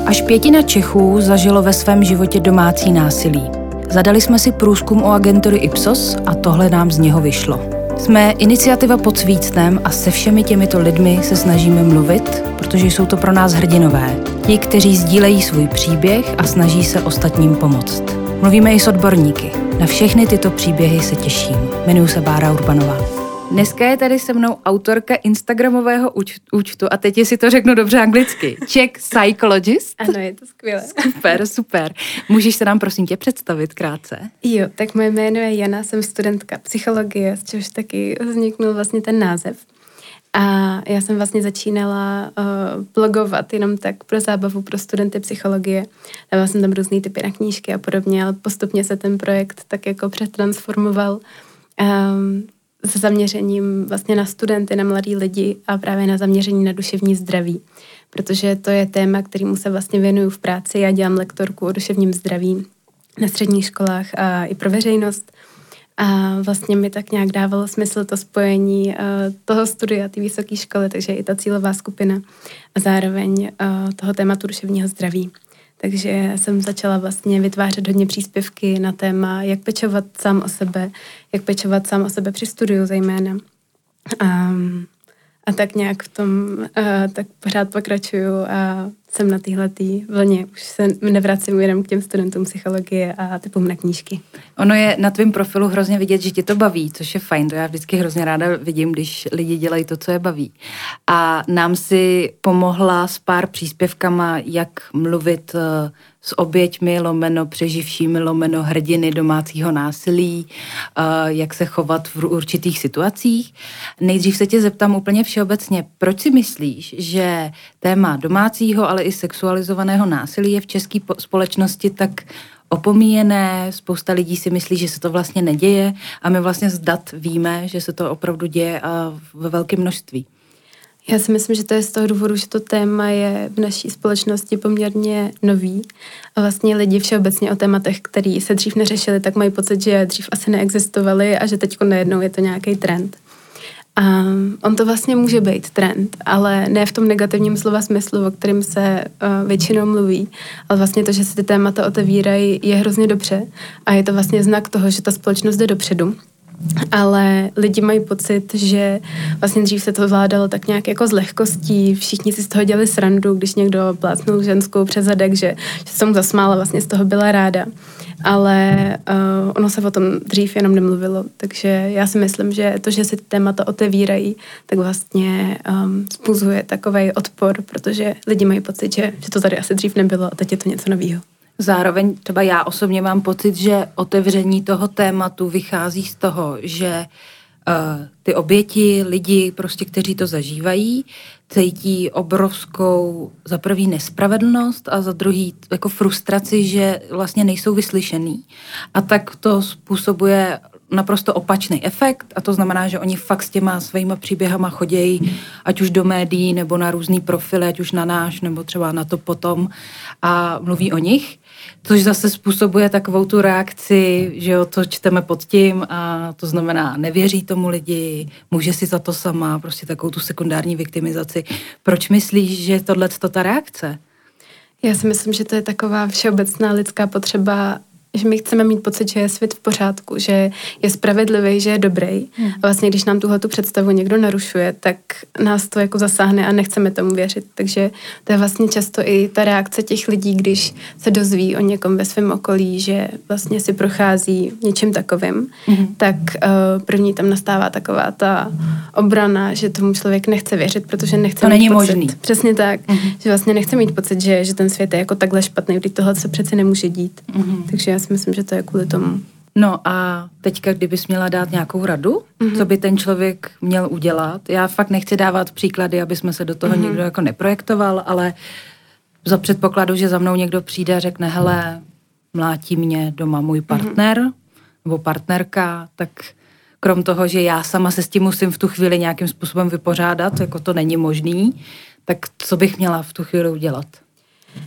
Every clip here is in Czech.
Až 1/5 Čechů zažilo ve svém životě domácí násilí. Zadali jsme si průzkum u agentury Ipsos a tohle nám z něho vyšlo. Jsme iniciativa Pod svícnem a se všemi těmito lidmi se snažíme mluvit, protože jsou to pro nás hrdinové. Ti, kteří sdílejí svůj příběh a snaží se ostatním pomoct. Mluvíme i s odborníky. Na všechny tyto příběhy se těším. Jmenuji se Bára Urbanová. Dneska je tady se mnou autorka instagramového účtu a teď si to řeknu dobře anglicky. Czech Psychologist. Ano, je to skvělé. Super. Můžeš se nám prosím tě představit krátce? Jo, tak moje jméno je Jana, jsem studentka psychologie, z čehož taky vzniknul vlastně ten název. A já jsem vlastně začínala blogovat jenom tak pro zábavu pro studenty psychologie. Dávala jsem tam různý typy na knížky a podobně, ale postupně se ten projekt tak jako přetransformoval s zaměřením vlastně na studenty, na mladý lidi a právě na zaměření na duševní zdraví. Protože to je téma, kterému se vlastně věnuju v práci. Já dělám lektorku o duševním zdraví na středních školách a i pro veřejnost. A vlastně mi tak nějak dávalo smysl to spojení toho studia, té vysoké školy, takže i ta cílová skupina a zároveň toho tématu duševního zdraví. Takže jsem začala vlastně vytvářet hodně příspěvky na téma, jak pečovat sám o sebe při studiu zejména. A tak nějak v tom tak pořád pokračuju a jsem na téhletý vlně. Už se nevracím jenom k těm studentům psychologie a typům na knížky. Ono je na tvém profilu hrozně vidět, že tě to baví, což je fajn. To já vždycky hrozně ráda vidím, když lidi dělají to, co je baví. A nám si pomohla s pár příspěvkama, jak mluvit s oběťmi, lomeno přeživšími, lomeno hrdiny domácího násilí, jak se chovat v určitých situacích. Nejdřív se tě zeptám úplně všeobecně, proč si myslíš, že téma domácího, ale i sexualizovaného násilí je v české společnosti tak opomíjené, spousta lidí si myslí, že se to vlastně neděje a my vlastně z dat víme, že se to opravdu děje a ve velkém množství. Já si myslím, že to je z toho důvodu, že to téma je v naší společnosti poměrně nový a vlastně lidi všeobecně o tématech, který se dřív neřešili, tak mají pocit, že dřív asi neexistovaly a že teďko najednou je to nějaký trend. A on to vlastně může být trend, ale ne v tom negativním slova smyslu, o kterém se většinou mluví, ale vlastně to, že se ty témata otevírají, je hrozně dobře a je to vlastně znak toho, že ta společnost jde dopředu. Ale lidi mají pocit, že vlastně dřív se to zvládalo tak nějak jako z lehkostí, všichni si z toho dělali srandu, když někdo plácnul ženskou přes zadek, že se mu zasmála, vlastně z toho byla ráda. Ale ono se o tom dřív jenom nemluvilo, takže já si myslím, že to, že si ty témata otevírají, tak vlastně způsobuje takovej odpor, protože lidi mají pocit, že to tady asi dřív nebylo a teď je to něco novýho. Zároveň třeba já osobně mám pocit, že otevření toho tématu vychází z toho, že ty oběti, lidi, prostě, kteří to zažívají, cítí obrovskou za prvý nespravedlnost a za druhý jako frustraci, že vlastně nejsou vyslyšený. A tak to způsobuje naprosto opačný efekt a to znamená, že oni fakt s těma svýma příběhama chodějí ať už do médií nebo na různý profily, ať už na náš nebo třeba na to potom a mluví o nich, což zase způsobuje takovou tu reakci, že jo, to čteme pod tím a to znamená nevěří tomu lidi, může si za to sama, prostě takovou tu sekundární viktimizaci. Proč myslíš, že tohle je ta reakce? Já si myslím, že to je taková všeobecná lidská potřeba, že my chceme mít pocit, že je svět v pořádku, že je spravedlivý, že je dobrý. A vlastně, když nám tuhletu představu někdo narušuje, tak nás to jako zasáhne a nechceme tomu věřit. Takže to je vlastně často i ta reakce těch lidí, když se dozví o někom ve svém okolí, že vlastně si prochází něčím takovým, tak první tam nastává taková ta obrana, že tomu člověk nechce věřit, protože nechce to mít není pocit. Možný. Přesně tak, že vlastně nechce mít pocit, že ten svět je jako takhle špatný, když tohle se přece nemůže dít. Takže já si myslím, že to je kvůli tomu. No a teďka, kdybys měla dát nějakou radu, co by ten člověk měl udělat? Já fakt nechci dávat příklady, aby jsme se do toho někdo jako neprojektoval, ale za předpokladu, že za mnou někdo přijde a řekne, hele, mlátí mě doma můj partner nebo partnerka, tak krom toho, že já sama se s tím musím v tu chvíli nějakým způsobem vypořádat, jako to není možný, tak co bych měla v tu chvíli udělat?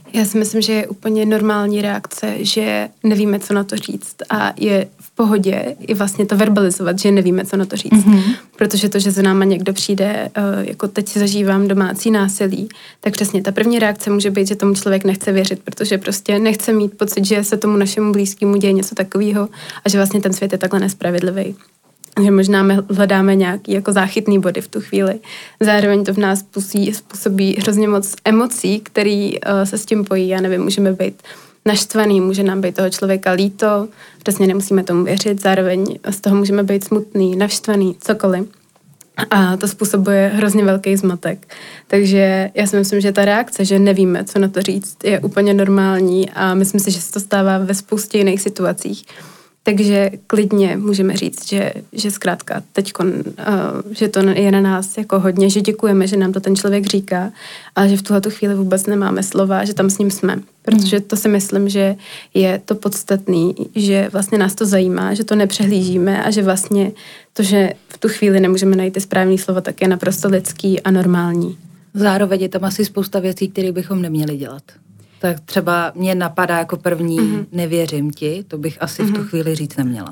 Já si myslím, že je úplně normální reakce, že nevíme, co na to říct a je v pohodě i vlastně to verbalizovat, že nevíme, co na to říct. Protože to, že za náma někdo přijde, jako teď si zažívám domácí násilí, tak přesně ta první reakce může být, že tomu člověk nechce věřit, protože prostě nechce mít pocit, že se tomu našemu blízkému děje něco takového a že vlastně ten svět je takhle nespravedlivý. Že možná my hledáme nějaký jako záchytný body v tu chvíli. Zároveň to v nás způsobí hrozně moc emocí, které se s tím pojí. Já nevím, můžeme být naštvaný, může nám být toho člověka líto, přesně nemusíme tomu věřit, zároveň z toho můžeme být smutný, naštvaný, cokoliv. A to způsobuje hrozně velký zmatek. Takže já si myslím, že ta reakce, že nevíme, co na to říct, je úplně normální a myslím si, že se to stává ve spoustě jiných situacích. Takže klidně můžeme říct, že zkrátka teďko, že to je na nás jako hodně, že děkujeme, že nám to ten člověk říká, ale že v tuhletu chvíli vůbec nemáme slova, že tam s ním jsme. Protože to si myslím, že je to podstatný, že vlastně nás to zajímá, že to nepřehlížíme a že vlastně to, že v tu chvíli nemůžeme najít ty správný slova, tak je naprosto lidský a normální. Zároveň je tam asi spousta věcí, které bychom neměli dělat. Tak třeba mě napadá jako první nevěřím ti, to bych asi v tu chvíli říct neměla.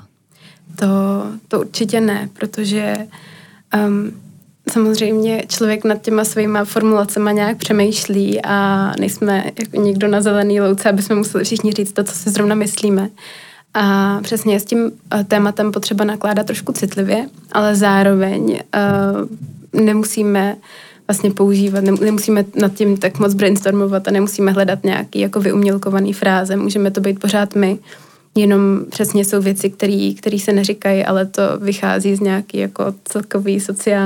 To určitě ne, protože samozřejmě člověk nad těma svýma formulacema nějak přemýšlí a nejsme jako někdo na zelený louce, aby jsme museli všichni říct to, co si zrovna myslíme. A přesně s tím tématem potřeba nakládat trošku citlivě, ale zároveň nemusíme vlastně používat, nemusíme nad tím tak moc brainstormovat a nemusíme hledat nějaký jako vyumělkovaný fráze, můžeme to být pořád my, jenom přesně jsou věci, které se neříkají, ale to vychází z nějaký jako celkový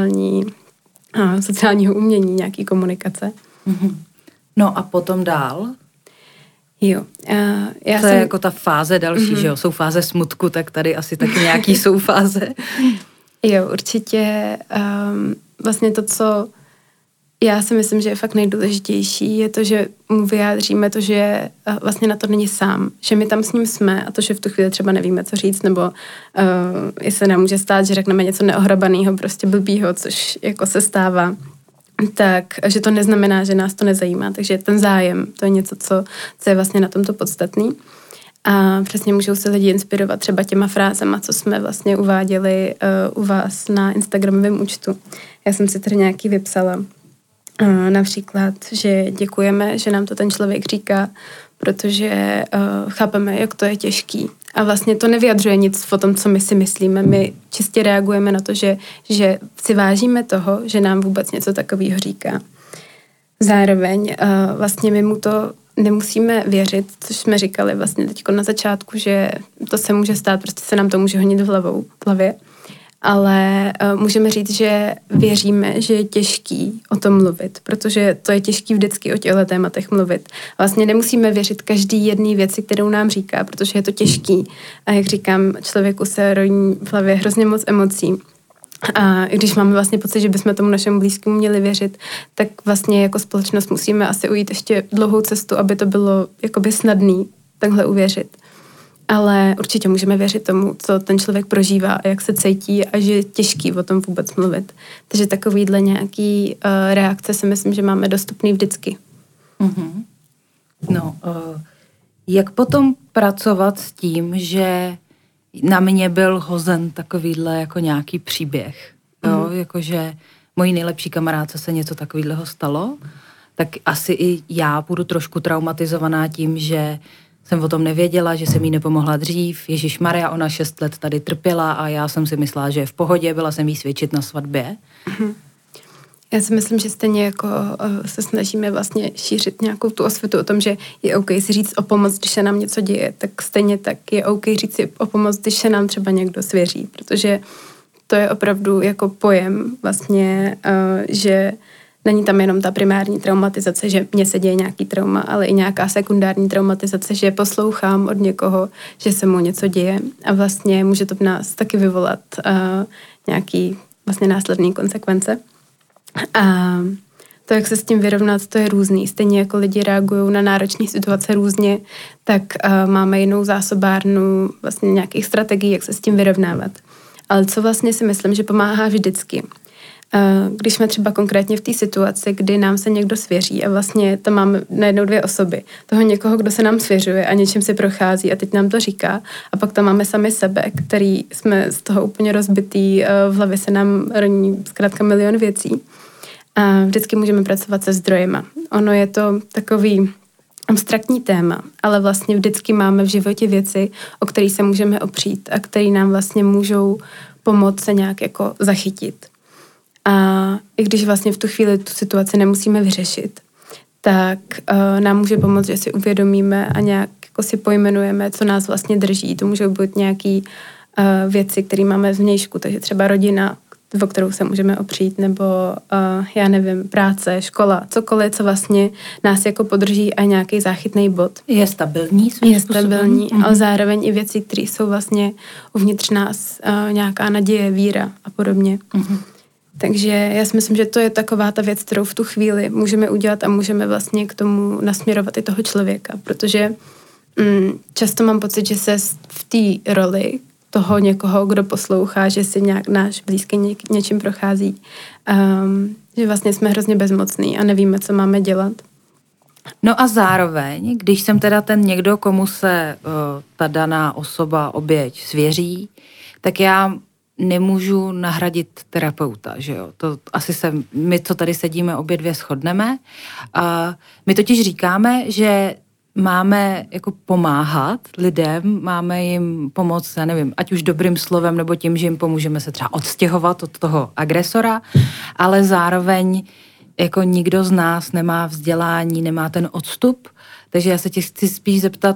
sociálního umění, nějaký komunikace. No a potom dál? Jo. To je jako ta fáze další, že jo? Jsou fáze smutku, tak tady asi taky nějaký jsou fáze. Jo, určitě vlastně to, co já si myslím, že je fakt nejdůležitější, je to, že mu vyjádříme to, že vlastně na to není sám, že my tam s ním jsme a to, že v tu chvíli třeba nevíme, co říct, nebo jestli nám může stát, že řekneme něco neohrabaného, prostě blbýho, což jako se stává, tak, že to neznamená, že nás to nezajímá, takže ten zájem, to je něco, co je vlastně na tomto podstatný. A přesně můžou se lidi inspirovat třeba těma frázema, co jsme vlastně uváděli u vás na Instagramovém účtu. Já jsem si tady nějaký vypsala. Například, že děkujeme, že nám to ten člověk říká, protože chápeme, jak to je těžký. A vlastně to nevyjadřuje nic o tom, co my si myslíme. My čistě reagujeme na to, že si vážíme toho, že nám vůbec něco takového říká. Zároveň vlastně my mu to nemusíme věřit, což jsme říkali vlastně teďko na začátku, že to se může stát, prostě se nám to může honit v hlavě. Ale můžeme říct, že věříme, že je těžký o tom mluvit, protože to je těžký vždycky o těchto tématech mluvit. Vlastně nemusíme věřit každý jedné věci, kterou nám říká, protože je to těžký. A jak říkám, člověku se rodí v hlavě hrozně moc emocí. A i když máme vlastně pocit, že bychom tomu našemu blízkému měli věřit, tak vlastně jako společnost musíme asi ujít ještě dlouhou cestu, aby to bylo jakoby snadný takhle uvěřit. Ale určitě můžeme věřit tomu, co ten člověk prožívá a jak se cítí a že je těžký o tom vůbec mluvit. Takže takovýhle nějaký reakce si myslím, že máme dostupný vždycky. No, jak potom pracovat s tím, že na mě byl hozen takovýhle jako nějaký příběh, jo? Jakože mojí nejlepší kamarádce se něco takovýhleho stalo, tak asi i já budu trošku traumatizovaná tím, že jsem o tom nevěděla, že jsem jí nepomohla dřív. Ježišmarja, ona 6 let tady trpěla a já jsem si myslela, že je v pohodě, byla jsem jí svědčit na svatbě. Já si myslím, že stejně jako se snažíme vlastně šířit nějakou tu osvětu o tom, že je OK si říct o pomoc, když se nám něco děje, tak stejně tak je OK říct si o pomoc, když se nám třeba někdo svěří, protože to je opravdu jako pojem vlastně, že není tam jenom ta primární traumatizace, že mně se děje nějaký trauma, ale i nějaká sekundární traumatizace, že poslouchám od někoho, že se mu něco děje a vlastně může to v nás taky vyvolat nějaký vlastně následný konsekvence. A to, jak se s tím vyrovnat, to je různý. Stejně jako lidi reagují na náročné situace různě, tak máme jinou zásobárnu vlastně nějakých strategií, jak se s tím vyrovnávat. Ale co vlastně si myslím, že pomáhá vždycky, Když jsme třeba konkrétně v té situaci, kdy nám se někdo svěří a vlastně tam máme najednou 2 osoby. Toho někoho, kdo se nám svěřuje a něčím si prochází a teď nám to říká. A pak tam máme sami sebe, který jsme z toho úplně rozbitý, v hlavě se nám roní zkrátka milion věcí. A vždycky můžeme pracovat se zdrojema. Ono je to takový abstraktní téma, ale vlastně vždycky máme v životě věci, o které se můžeme opřít a které nám vlastně můžou pomoct se nějak jako zachytit. A i když vlastně v tu chvíli tu situaci nemusíme vyřešit, tak nám může pomoct, že si uvědomíme a nějak jako si pojmenujeme, co nás vlastně drží. To můžou být nějaké věci, které máme zvnějšku, takže třeba rodina, o kterou se můžeme opřít, nebo já nevím, práce, škola, cokoliv, co vlastně nás jako podrží a nějaký záchytný bod. Je stabilní svým způsobem. Stabilní, ale zároveň i věci, které jsou vlastně uvnitř nás, nějaká naděje, víra a podobně. Takže já si myslím, že to je taková ta věc, kterou v tu chvíli můžeme udělat a můžeme vlastně k tomu nasměrovat i toho člověka, protože často mám pocit, že se v té roli toho někoho, kdo poslouchá, že si nějak náš blízký něčím prochází, že vlastně jsme hrozně bezmocní a nevíme, co máme dělat. No a zároveň, když jsem teda ten někdo, komu se ta daná osoba, oběť svěří, tak já nemůžu nahradit terapeuta, že jo. To asi my, co tady sedíme, obě dvě shodneme. My totiž říkáme, že máme jako pomáhat lidem, máme jim pomoct, já nevím, ať už dobrým slovem, nebo tím, že jim pomůžeme se třeba odstěhovat od toho agresora, ale zároveň jako nikdo z nás nemá vzdělání, nemá ten odstup, takže já se tě chci spíš zeptat,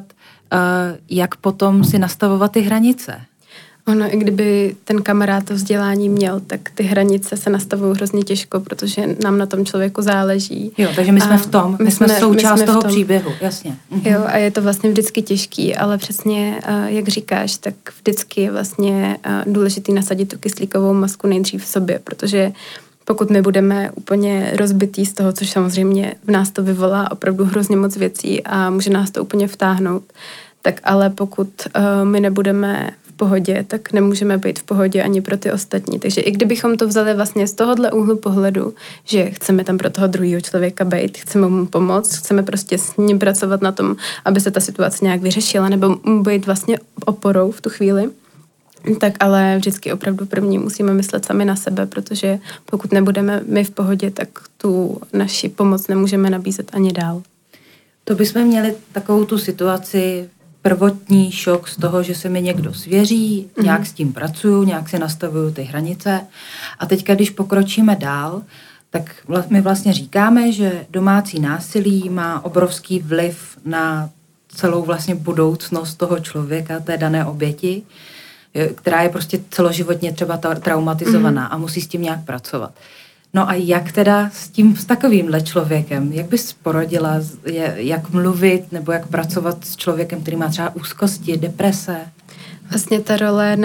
jak potom si nastavovat ty hranice. Ono, i kdyby ten kamarád to vzdělání měl, tak ty hranice se nastavují hrozně těžko, protože nám na tom člověku záleží. Jo, takže my jsme v tom, my jsme součást toho příběhu, jasně. Jo, a je to vlastně vždycky těžký, ale přesně, jak říkáš, tak vždycky je vlastně důležitý nasadit tu kyslíkovou masku nejdřív v sobě, protože pokud my budeme úplně rozbitý z toho, což samozřejmě v nás to vyvolá opravdu hrozně moc věcí a může nás to úplně vtáhnout, tak ale pokud my nebudeme v pohodě, tak nemůžeme být v pohodě ani pro ty ostatní. Takže i kdybychom to vzali vlastně z tohohle úhlu pohledu, že chceme tam pro toho druhého člověka být, chceme mu pomoct, chceme prostě s ním pracovat na tom, aby se ta situace nějak vyřešila, nebo být vlastně oporou v tu chvíli, tak ale vždycky opravdu první musíme myslet sami na sebe, protože pokud nebudeme my v pohodě, tak tu naši pomoc nemůžeme nabízet ani dál. To bychom měli takovou tu situaci, prvotní šok z toho, že se mi někdo svěří, nějak s tím pracuju, nějak si nastavuju ty hranice. A teďka, když pokročíme dál, tak my vlastně říkáme, že domácí násilí má obrovský vliv na celou vlastně budoucnost toho člověka, té dané oběti, která je prostě celoživotně třeba traumatizovaná a musí s tím nějak pracovat. No a jak teda s takovýmhle člověkem, jak bys poradila, jak mluvit nebo jak pracovat s člověkem, který má třeba úzkosti, deprese? Vlastně ta role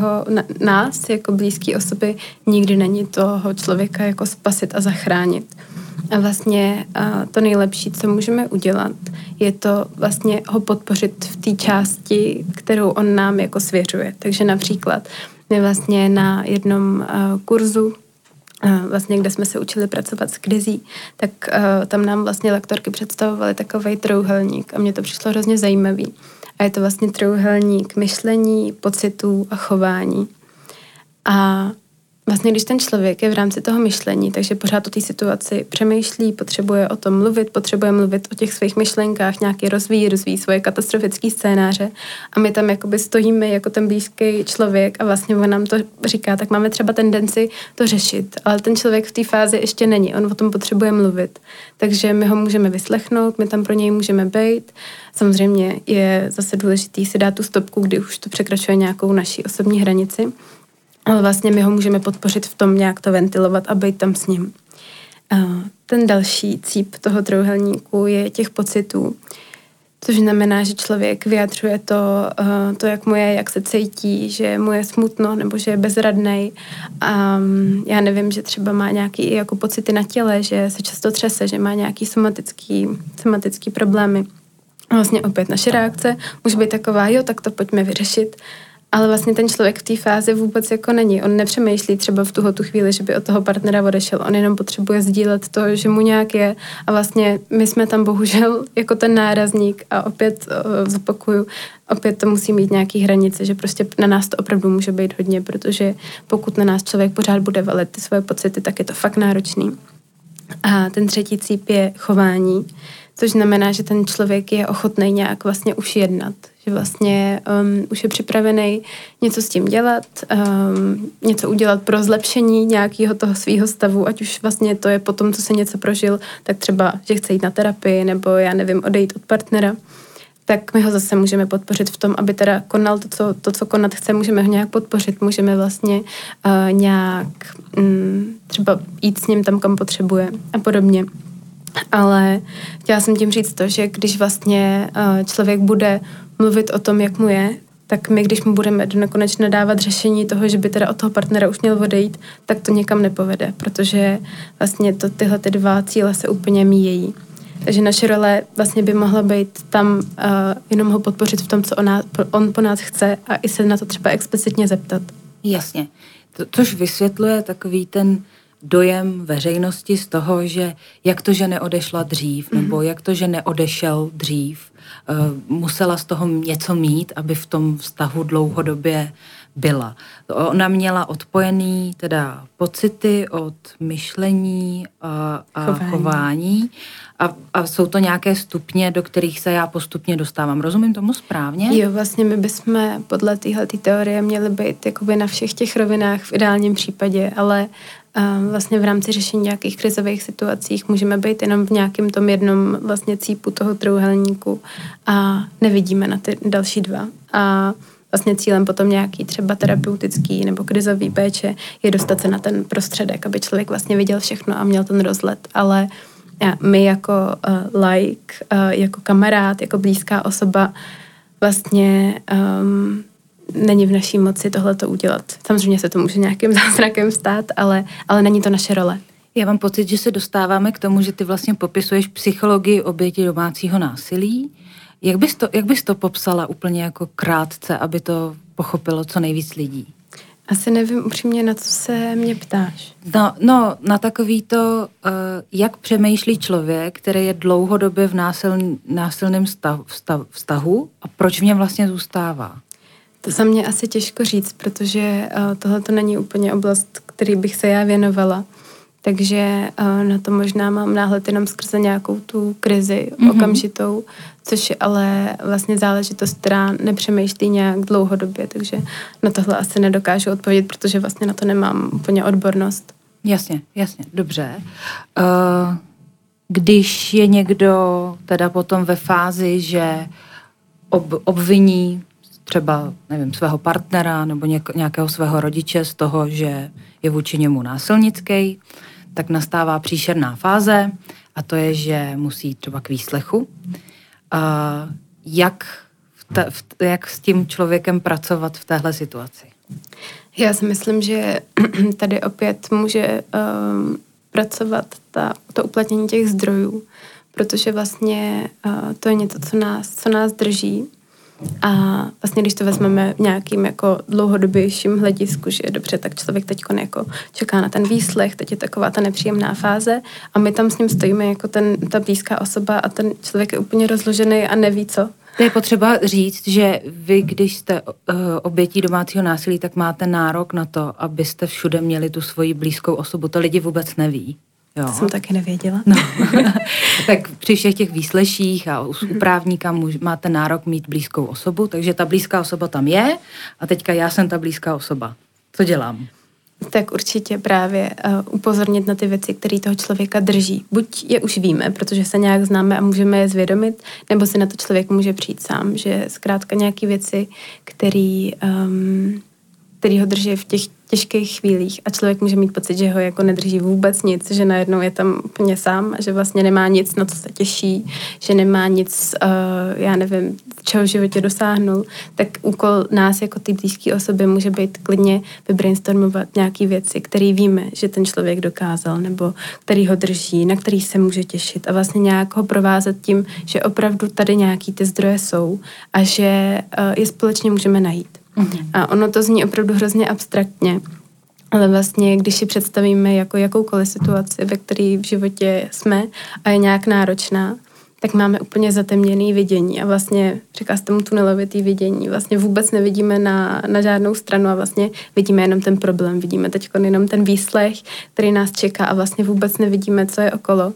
nás jako blízké osoby nikdy není toho člověka jako spasit a zachránit. A vlastně to nejlepší, co můžeme udělat, je to vlastně ho podpořit v té části, kterou on nám jako svěřuje. Takže například my vlastně na jednom kurzu, vlastně, kde jsme se učili pracovat s krizí, tak tam nám vlastně lektorky představovaly takovej trojúhelník a mně to přišlo hrozně zajímavý. A je to vlastně trojúhelník myšlení, pocitů a chování. A vlastně, když ten člověk je v rámci toho myšlení, takže pořád o té situaci přemýšlí, potřebuje o tom mluvit, potřebuje mluvit o těch svých myšlenkách, nějaký rozvíjí svoje katastrofické scénáře a my tam jakoby stojíme jako ten blízký člověk a vlastně on nám to říká, tak máme třeba tendenci to řešit, ale ten člověk v té fázi ještě není, on o tom potřebuje mluvit. Takže my ho můžeme vyslechnout, my tam pro něj můžeme být. Samozřejmě je zase důležitý si dát tu stopku, kdy už to překračuje nějakou naší osobní hranici. Ale vlastně my ho můžeme podpořit v tom nějak to ventilovat a být tam s ním. Ten další cíp toho trojúhelníku je těch pocitů, což znamená, že člověk vyjadřuje to, jak mu je, jak se cítí, že mu je smutno nebo že je bezradnej. Já nevím, že třeba má nějaký jako pocity na těle, že se často třese, že má nějaký somatický problémy. A vlastně opět naše reakce může být taková, jo, tak to pojďme vyřešit. Ale vlastně ten člověk v té fázi vůbec jako není. On nepřemýšlí třeba v tu chvíli, že by od toho partnera odešel. On jenom potřebuje sdílet to, že mu nějak je. A vlastně my jsme tam bohužel jako ten nárazník a opět zopakuju, opět to musí mít nějaký hranice, že prostě na nás to opravdu může být hodně, protože pokud na nás člověk pořád bude valit ty svoje pocity, tak je to fakt náročný. A ten třetí cíp je chování, což znamená, že ten člověk je ochotný nějak vlastně už jednat, že vlastně už je připravený něco s tím dělat, něco udělat pro zlepšení nějakého toho svého stavu, ať už vlastně to je po tom, co se něco prožil, tak třeba, že chce jít na terapii, nebo já nevím, odejít od partnera, tak my ho zase můžeme podpořit v tom, aby teda konal to, co konat chce, můžeme ho nějak podpořit, můžeme vlastně nějak třeba jít s ním tam, kam potřebuje a podobně. Ale chtěla jsem tím říct to, že když vlastně člověk bude mluvit o tom, jak mu je, tak my, když mu budeme do nekonečna dávat řešení toho, že by teda od toho partnera už měl odejít, tak to někam nepovede, protože vlastně tyhle ty dva cíle se úplně míjejí. Takže naše role vlastně by mohla být tam jenom ho podpořit v tom, co on po nás chce a i se na to třeba explicitně zeptat. Jasně. Což vysvětluje takový ten dojem veřejnosti z toho, že jak to, že neodešla dřív, nebo jak to, že neodešel dřív, musela z toho něco mít, aby v tom vztahu dlouhodobě byla. Ona měla odpojený teda pocity od myšlení a chování a jsou to nějaké stupně, do kterých se já postupně dostávám. Rozumím tomu správně? Jo, vlastně my bychom podle téhletý teorie měli být jakoby na všech těch rovinách v ideálním případě, ale vlastně v rámci řešení nějakých krizových situacích můžeme být jenom v nějakém tom jednom vlastně cípu toho trojúhelníku a nevidíme na ty další dva. A vlastně cílem potom nějaký třeba terapeutický nebo krizový péče je dostat se na ten prostředek, aby člověk vlastně viděl všechno a měl ten rozhled. Ale my jako jako kamarád, jako blízká osoba vlastně není v naší moci tohleto udělat. Samozřejmě se to může nějakým zázrakem stát, ale není to naše role. Já mám pocit, že se dostáváme k tomu, že ty vlastně popisuješ psychologii oběti domácího násilí. Jak bys to popsala úplně jako krátce, aby to pochopilo co nejvíc lidí? Asi nevím upřímně, na co se mě ptáš. No na takový to, jak přemýšlí člověk, který je dlouhodobě v násilném vztahu a proč v něm vlastně zůstává. To za mě asi těžko říct, protože tohle to není úplně oblast, který bych se já věnovala. Takže na to možná mám náhled jenom skrze nějakou tu krizi okamžitou, což je ale vlastně záležitost, která nepřemýšlí nějak dlouhodobě, takže na tohle asi nedokážu odpovědět, protože vlastně na to nemám úplně odbornost. Jasně, dobře. Když je někdo teda potom ve fázi, že obviní třeba, nevím, svého partnera nebo nějakého svého rodiče z toho, že je vůči němu násilnický, tak nastává příšerná fáze a to je, že musí třeba k výslechu. Jak s tím člověkem pracovat v téhle situaci? Já si myslím, že tady opět může pracovat to uplatnění těch zdrojů, protože vlastně to je něco, co nás drží. A vlastně, když to vezmeme v nějakým jako dlouhodobějším hledisku, že je dobře, tak člověk teď jako čeká na ten výslech, teď je taková ta nepříjemná fáze a my tam s ním stojíme jako ta blízká osoba a ten člověk je úplně rozložený a neví co. To je potřeba říct, že vy, když jste obětí domácího násilí, tak máte nárok na to, abyste všude měli tu svoji blízkou osobu. To lidi vůbec neví. Jo. To jsem taky nevěděla. No. Tak při všech těch výsleších a u právníka máte nárok mít blízkou osobu, takže ta blízká osoba tam je a teďka já jsem ta blízká osoba. Co dělám? Tak určitě právě upozornit na ty věci, které toho člověka drží. Buď je už víme, protože se nějak známe a můžeme je zvědomit, nebo si na to člověk může přijít sám, že zkrátka nějaké věci, který ho drží v těch těžkých chvílích a člověk může mít pocit, že ho jako nedrží vůbec nic, že najednou je tam úplně sám a že vlastně nemá nic, na co se těší, že nemá nic, já nevím, čeho v životě dosáhnul, tak úkol nás jako ty blízké osoby může být klidně vybrainstormovat nějaké věci, které víme, že ten člověk dokázal, nebo který ho drží, na který se může těšit a vlastně nějak ho provázet tím, že opravdu tady nějaký ty zdroje jsou a že je společně můžeme najít. A ono to zní opravdu hrozně abstraktně, ale vlastně, když si představíme jako jakoukoliv situaci, ve které v životě jsme a je nějak náročná, tak máme úplně zatemněný vidění a vlastně, říká se tomu tunelovitý vidění, vlastně vůbec nevidíme na žádnou stranu a vlastně vidíme jenom ten problém, vidíme teď jenom ten výslech, který nás čeká a vlastně vůbec nevidíme, co je okolo.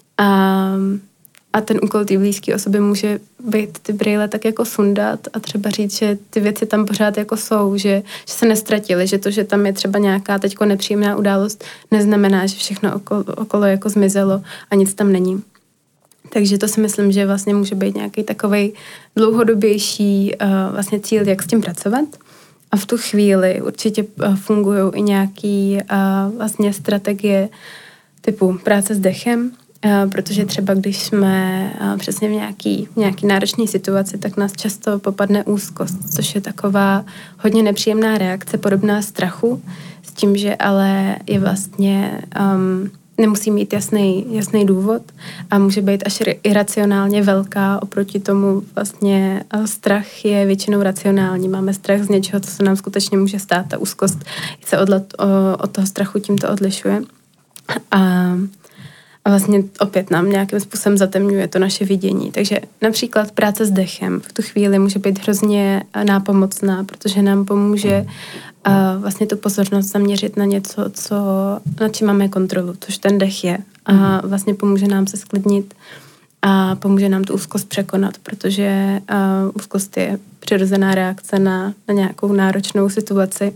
A ten úkol té blízké osoby může být ty brýle tak jako sundat a třeba říct, že ty věci tam pořád jako jsou, že se nestratily, že to, že tam je třeba nějaká teďko nepříjemná událost, neznamená, že všechno okolo jako zmizelo a nic tam není. Takže to si myslím, že vlastně může být nějaký takovej dlouhodobější vlastně cíl, jak s tím pracovat. A v tu chvíli určitě fungují i nějaký vlastně strategie typu práce s dechem, protože třeba když jsme přesně v nějaký náročné situaci, tak nás často popadne úzkost, což je taková hodně nepříjemná reakce, podobná strachu, s tím, že ale je vlastně nemusí mít jasný důvod a může být až iracionálně velká, oproti tomu vlastně strach je většinou racionální. Máme strach z něčeho, co se nám skutečně může stát. Ta úzkost se od toho strachu tímto odlišuje. A vlastně opět nám nějakým způsobem zatemňuje to naše vidění. Takže například práce s dechem v tu chvíli může být hrozně nápomocná, protože nám pomůže vlastně tu pozornost zaměřit na něco, na čím máme kontrolu, což ten dech je. A vlastně pomůže nám se sklidnit a pomůže nám tu úzkost překonat, protože úzkost je přirozená reakce na nějakou náročnou situaci.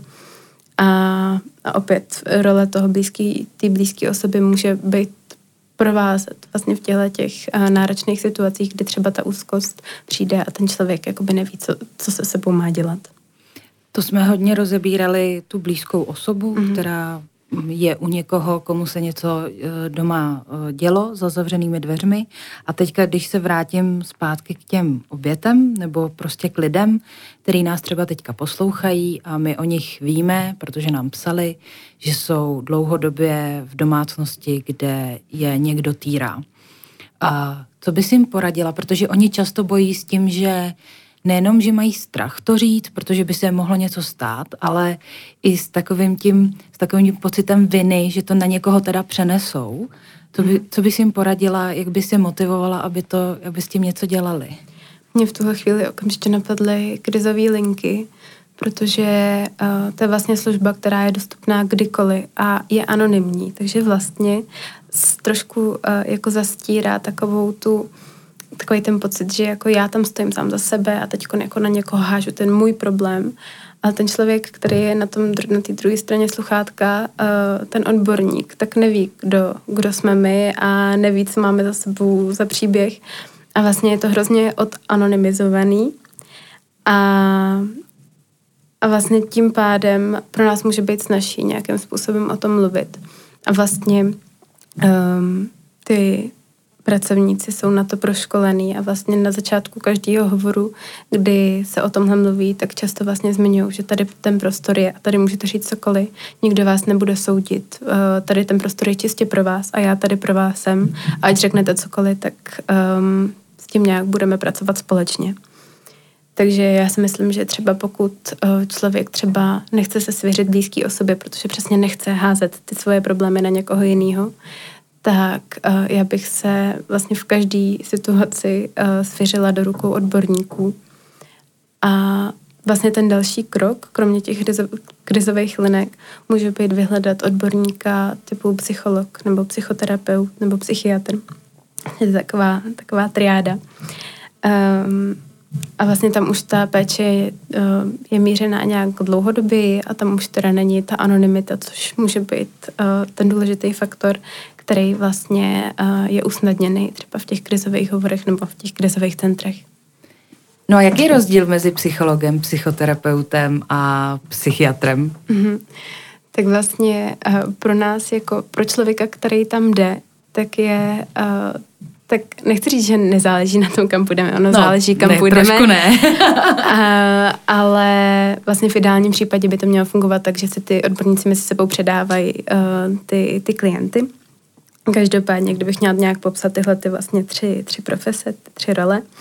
A opět role toho té blízké osoby může být provázet vlastně v těch náročných situacích, kdy třeba ta úzkost přijde a ten člověk jakoby neví, co se sebou má dělat. To jsme hodně rozebírali tu blízkou osobu, která je u někoho, komu se něco doma dělo za zavřenými dveřmi. A teďka, když se vrátím zpátky k těm obětem nebo prostě k lidem, který nás třeba teďka poslouchají a my o nich víme, protože nám psali, že jsou dlouhodobě v domácnosti, kde je někdo týrá. A co bys jim poradila? Protože oni často bojí s tím, že nejenom, že mají strach to říct, protože by se mohlo něco stát, ale i s takovým tím pocitem viny, že to na někoho teda přenesou. Co bys jim poradila, jak bys je motivovala, aby s tím něco dělali? Mně v tuhle chvíli okamžitě napadly krizové linky, protože to je vlastně služba, která je dostupná kdykoliv a je anonymní, takže vlastně trošku jako zastírá takový ten pocit, že jako já tam stojím sám za sebe a teď jako na někoho hážu ten můj problém. Ale ten člověk, který je na té druhé straně sluchátka, ten odborník, tak neví, kdo jsme my a neví, co máme za sebou za příběh. A vlastně je to hrozně odanonymizovaný. A vlastně tím pádem pro nás může být snazší nějakým způsobem o tom mluvit. A vlastně ty pracovníci jsou na to proškolení a vlastně na začátku každého hovoru, kdy se o tomhle mluví, tak často vlastně zmiňují, že tady ten prostor je a tady můžete říct cokoliv, nikdo vás nebude soudit, tady ten prostor je čistě pro vás a já tady pro vás jsem a ať řeknete cokoliv, tak s tím nějak budeme pracovat společně. Takže já si myslím, že třeba pokud člověk třeba nechce se svěřit blízké osobě, protože přesně nechce házet ty svoje problémy na někoho jiného, tak já bych se vlastně v každé situaci svěřila do rukou odborníků. A vlastně ten další krok, kromě těch krizových linek, může být vyhledat odborníka typu psycholog nebo psychoterapeut nebo psychiatr. Je to taková triáda. A vlastně tam už ta péče je mířená nějak dlouhodobě a tam už teda není ta anonymita, což může být ten důležitý faktor, který vlastně je usnadněný třeba v těch krizových hovorech nebo v těch krizových centrech. No a jaký je rozdíl mezi psychologem, psychoterapeutem a psychiatrem? Tak vlastně pro nás, jako pro člověka, který tam jde, tak je... tak nechci říct, že nezáleží na tom, kam půjdeme. Ono záleží, kam půjdeme. Trošku ne. Ale vlastně v ideálním případě by to mělo fungovat tak, že se ty odborníci mezi sebou předávají ty klienty. Každopádně, kdybych měla nějak popsat tyhle ty vlastně tři profese, 3 role,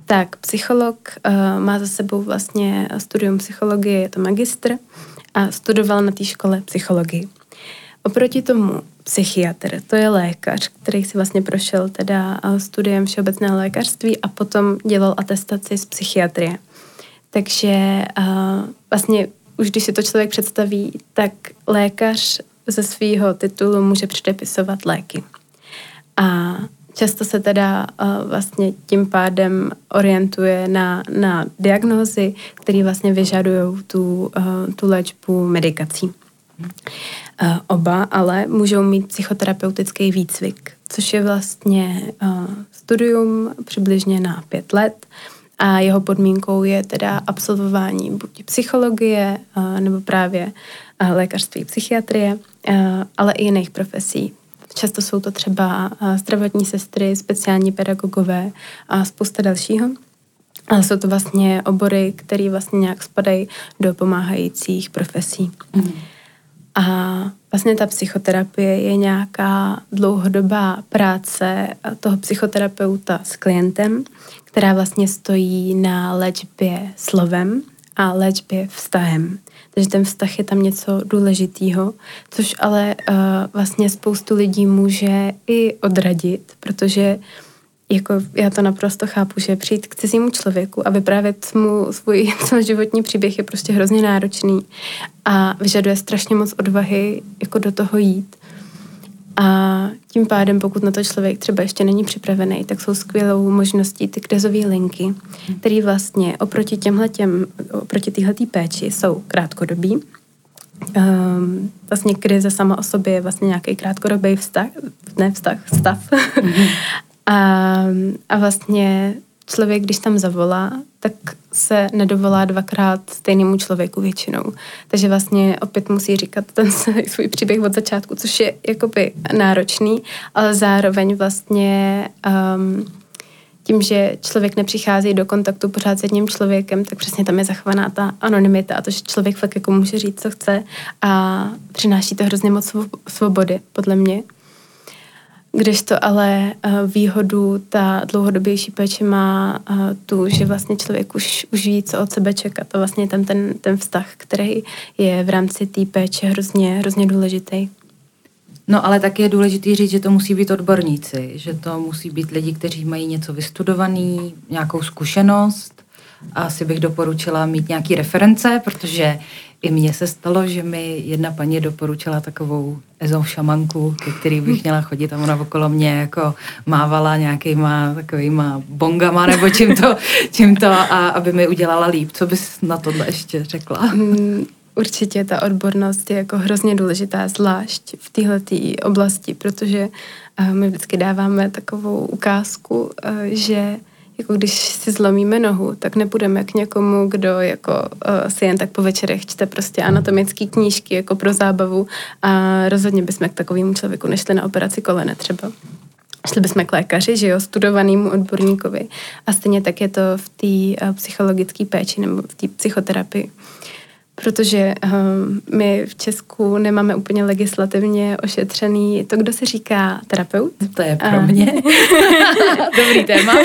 tak psycholog má za sebou vlastně studium psychologie, je to magistr a studoval na té škole psychologii. Oproti tomu psychiatr, to je lékař, který si vlastně prošel teda studiem všeobecného lékařství a potom dělal atestaci z psychiatrie. Takže vlastně už když si to člověk představí, tak lékař ze svého titulu může předepisovat léky. A často se teda vlastně tím pádem orientuje na diagnózy, které vlastně vyžadují tu léčbu medikací. Oba ale můžou mít psychoterapeutický výcvik, což je vlastně studium přibližně na 5 let a jeho podmínkou je teda absolvování buď psychologie nebo právě lékařství, psychiatrie, ale i jiných profesí. Často jsou to třeba zdravotní sestry, speciální pedagogové a spousta dalšího. Ale jsou to vlastně obory, které vlastně nějak spadají do pomáhajících profesí. A vlastně ta psychoterapie je nějaká dlouhodobá práce toho psychoterapeuta s klientem, která vlastně stojí na léčbě slovem a léčbě vztahem. Takže ten vztah je tam něco důležitého, což ale vlastně spoustu lidí může i odradit, protože jako já to naprosto chápu, že přijít k cizímu člověku a vyprávět mu svůj celoživotní příběh je prostě hrozně náročný a vyžaduje strašně moc odvahy jako do toho jít. A tím pádem, pokud na to člověk třeba ještě není připravený, tak jsou skvělou možností ty krizové linky, které vlastně oproti téhletý péči jsou krátkodobí. Vlastně krize sama o sobě je vlastně nějaký krátkodobý stav. A vlastně člověk, když tam zavolá, tak se nedovolá 2krát stejnému člověku většinou. Takže vlastně opět musí říkat ten svůj příběh od začátku, což je jakoby náročný, ale zároveň vlastně tím, že člověk nepřichází do kontaktu pořád s jedním člověkem, tak přesně tam je zachovaná ta anonymita a to, že člověk fakt jako může říct, co chce a přináší to hrozně moc svobody, podle mě. Kdežto ale výhodu ta dlouhodobější péče má tu, že vlastně člověk už ví, co od sebe čekat. A vlastně tam ten vztah, který je v rámci té péče hrozně důležitý. No ale taky je důležitý říct, že to musí být odborníci, že to musí být lidi, kteří mají něco vystudovaný, nějakou zkušenost. A asi bych doporučila mít nějaký reference, protože i mně se stalo, že mi jedna paní doporučila takovou šamanku, ke který bych měla chodit a ona okolo mě jako mávala nějakýma takovýma bongama nebo čím to a aby mi udělala líp. Co bys na tohle ještě řekla? Určitě ta odbornost je jako hrozně důležitá, zvlášť v téhleté oblasti, protože my vždycky dáváme takovou ukázku, že jako když si zlomíme nohu, tak nepůjdeme k někomu, kdo jako si jen tak po večerech čte prostě anatomické knížky jako pro zábavu a rozhodně bychom k takovému člověku nešli na operaci kolene třeba. Šli bychom k lékaři, že jo, studovanému odborníkovi. A stejně tak je to v té psychologické péči nebo v té psychoterapii. Protože my v Česku nemáme úplně legislativně ošetřený to, kdo se říká terapeut. To je pro mě dobrý téma.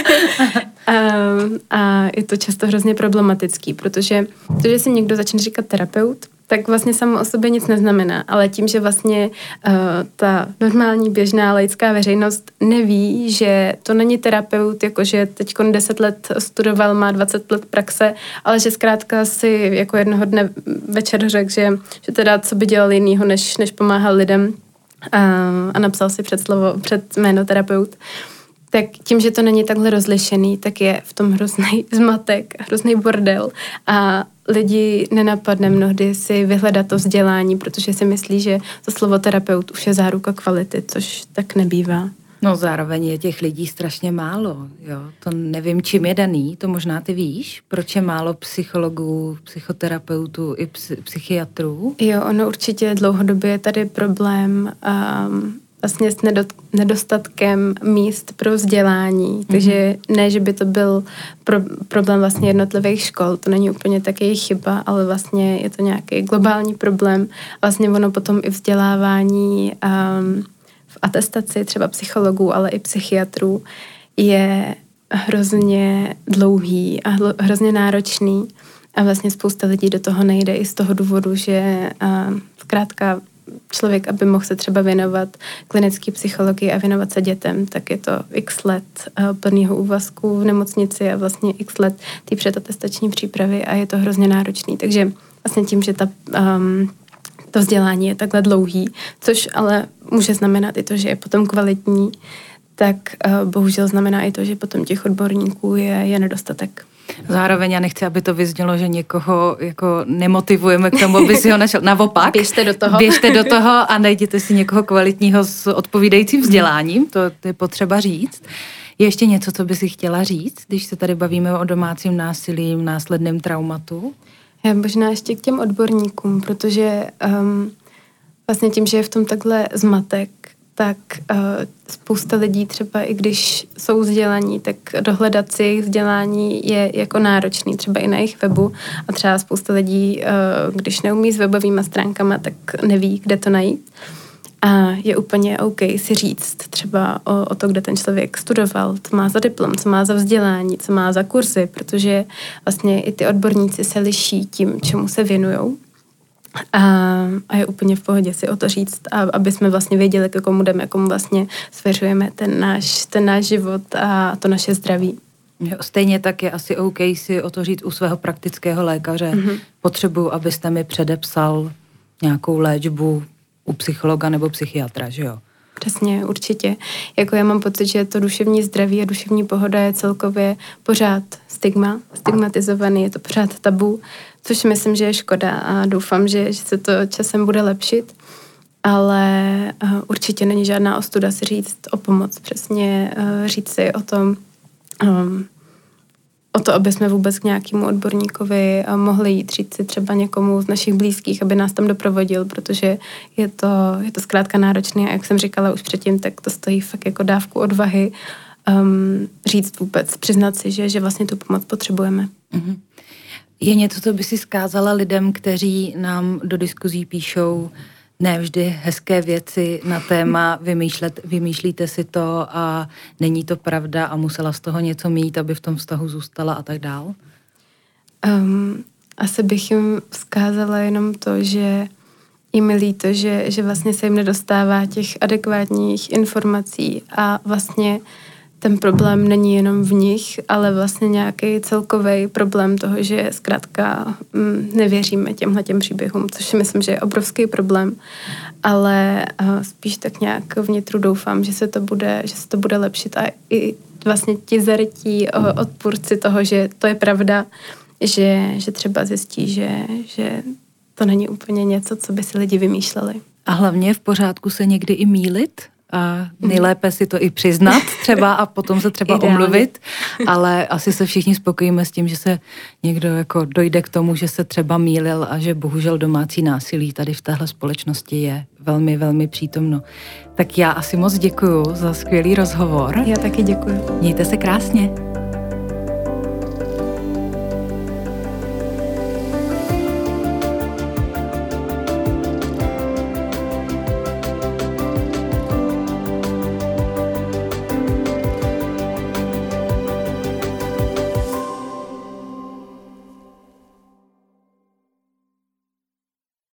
A je to často hrozně problematický, protože to, že si někdo začne říkat terapeut, tak vlastně samo o sobě nic neznamená, ale tím, že vlastně ta normální běžná laická veřejnost neví, že to není terapeut, jakože teď 10 let studoval, má 20 let praxe, ale že zkrátka si jako jednoho dne večer řekl, že teda co by dělal jinýho, než pomáhal lidem a napsal si před jméno terapeut. Tak tím, že to není takhle rozlišený, tak je v tom hrozný zmatek, hrozný bordel a lidi nenapadne mnohdy si vyhledat to vzdělání, protože si myslí, že to slovo terapeut už je záruka kvality, což tak nebývá. No zároveň je těch lidí strašně málo, jo. To nevím, čím je daný, to možná ty víš, proč je málo psychologů, psychoterapeutů i psychiatrů? Jo, ono určitě dlouhodobě je tady problém vlastně s nedostatkem míst pro vzdělání. Takže ne, že by to byl problém vlastně jednotlivých škol, to není úplně tak jejich chyba, ale vlastně je to nějaký globální problém. Vlastně ono potom i vzdělávání v atestaci třeba psychologů, ale i psychiatrů je hrozně dlouhý a hrozně náročný a vlastně spousta lidí do toho nejde i z toho důvodu, že zkrátka člověk, aby mohl se třeba věnovat klinické psychologii a věnovat se dětem, tak je to x let plného úvazku v nemocnici a vlastně x let té předatestační přípravy a je to hrozně náročný. Takže vlastně tím, že to vzdělání je takhle dlouhý, což ale může znamenat i to, že je potom kvalitní, tak bohužel znamená i to, že potom těch odborníků je nedostatek. Zároveň já nechci, aby to vyznělo, že někoho jako nemotivujeme k tomu, aby si ho našel. Naopak, běžte do toho a najděte si někoho kvalitního s odpovídajícím vzděláním, to je potřeba říct. Je ještě něco, co by si chtěla říct, když se tady bavíme o domácím násilí, následném traumatu? Já možná ještě k těm odborníkům, protože vlastně tím, že je v tom takhle zmatek, tak spousta lidí třeba i když jsou vzdělaní, tak dohledat si jejich vzdělání je jako náročný, třeba i na jejich webu a třeba spousta lidí, když neumí s webovýma stránkama, tak neví, kde to najít. A je úplně OK si říct třeba o to, kde ten člověk studoval, co má za diplom, co má za vzdělání, co má za kurzy, protože vlastně i ty odborníci se liší tím, čemu se věnujou. A je úplně v pohodě si o to říct, aby jsme vlastně věděli, k komu jdeme, komu vlastně svěřujeme ten náš život a to naše zdraví. Stejně tak je asi OK si o to říct u svého praktického lékaře. Potřebuju, abyste mi předepsal nějakou léčbu u psychologa nebo psychiatra, že jo? Přesně, určitě. Jako já mám pocit, že to duševní zdraví a duševní pohoda je celkově pořád stigmatizovaný, je to pořád tabu, což myslím, že je škoda a doufám, že se to časem bude lepšit, ale určitě není žádná ostuda si říct o pomoc, přesně říct si o tom, aby jsme vůbec k nějakému odborníkovi mohli jít, říct si třeba někomu z našich blízkých, aby nás tam doprovodil, protože je to zkrátka náročné a jak jsem říkala už předtím, tak to stojí fakt jako dávku odvahy říct vůbec, přiznat si, že vlastně tu pomoc potřebujeme. Je něco, co by si vzkázala lidem, kteří nám do diskuzí píšou ne vždy hezké věci na téma vymýšlíte si to a není to pravda a musela z toho něco mít, aby v tom vztahu zůstala a tak dál? Asi bych jim vzkázala jenom to, že je mi líto, že vlastně se jim nedostává těch adekvátních informací a vlastně ten problém není jenom v nich, ale vlastně nějaký celkový problém toho, že zkrátka nevěříme těmhletěm příběhům, což si myslím, že je obrovský problém, ale spíš tak nějak vnitru doufám, že se to bude lepšit a i vlastně ti zarytí odpůrci toho, že to je pravda, že třeba zjistí, že to není úplně něco, co by si lidi vymýšleli. A hlavně je v pořádku se někdy i mýlit? A nejlépe si to i přiznat třeba a potom se třeba omluvit, ale asi se všichni spokojíme s tím, že se někdo jako dojde k tomu, že se třeba mýlil a že bohužel domácí násilí tady v téhle společnosti je velmi, velmi přítomno. Tak já asi moc děkuju za skvělý rozhovor. Já taky děkuju. Mějte se krásně.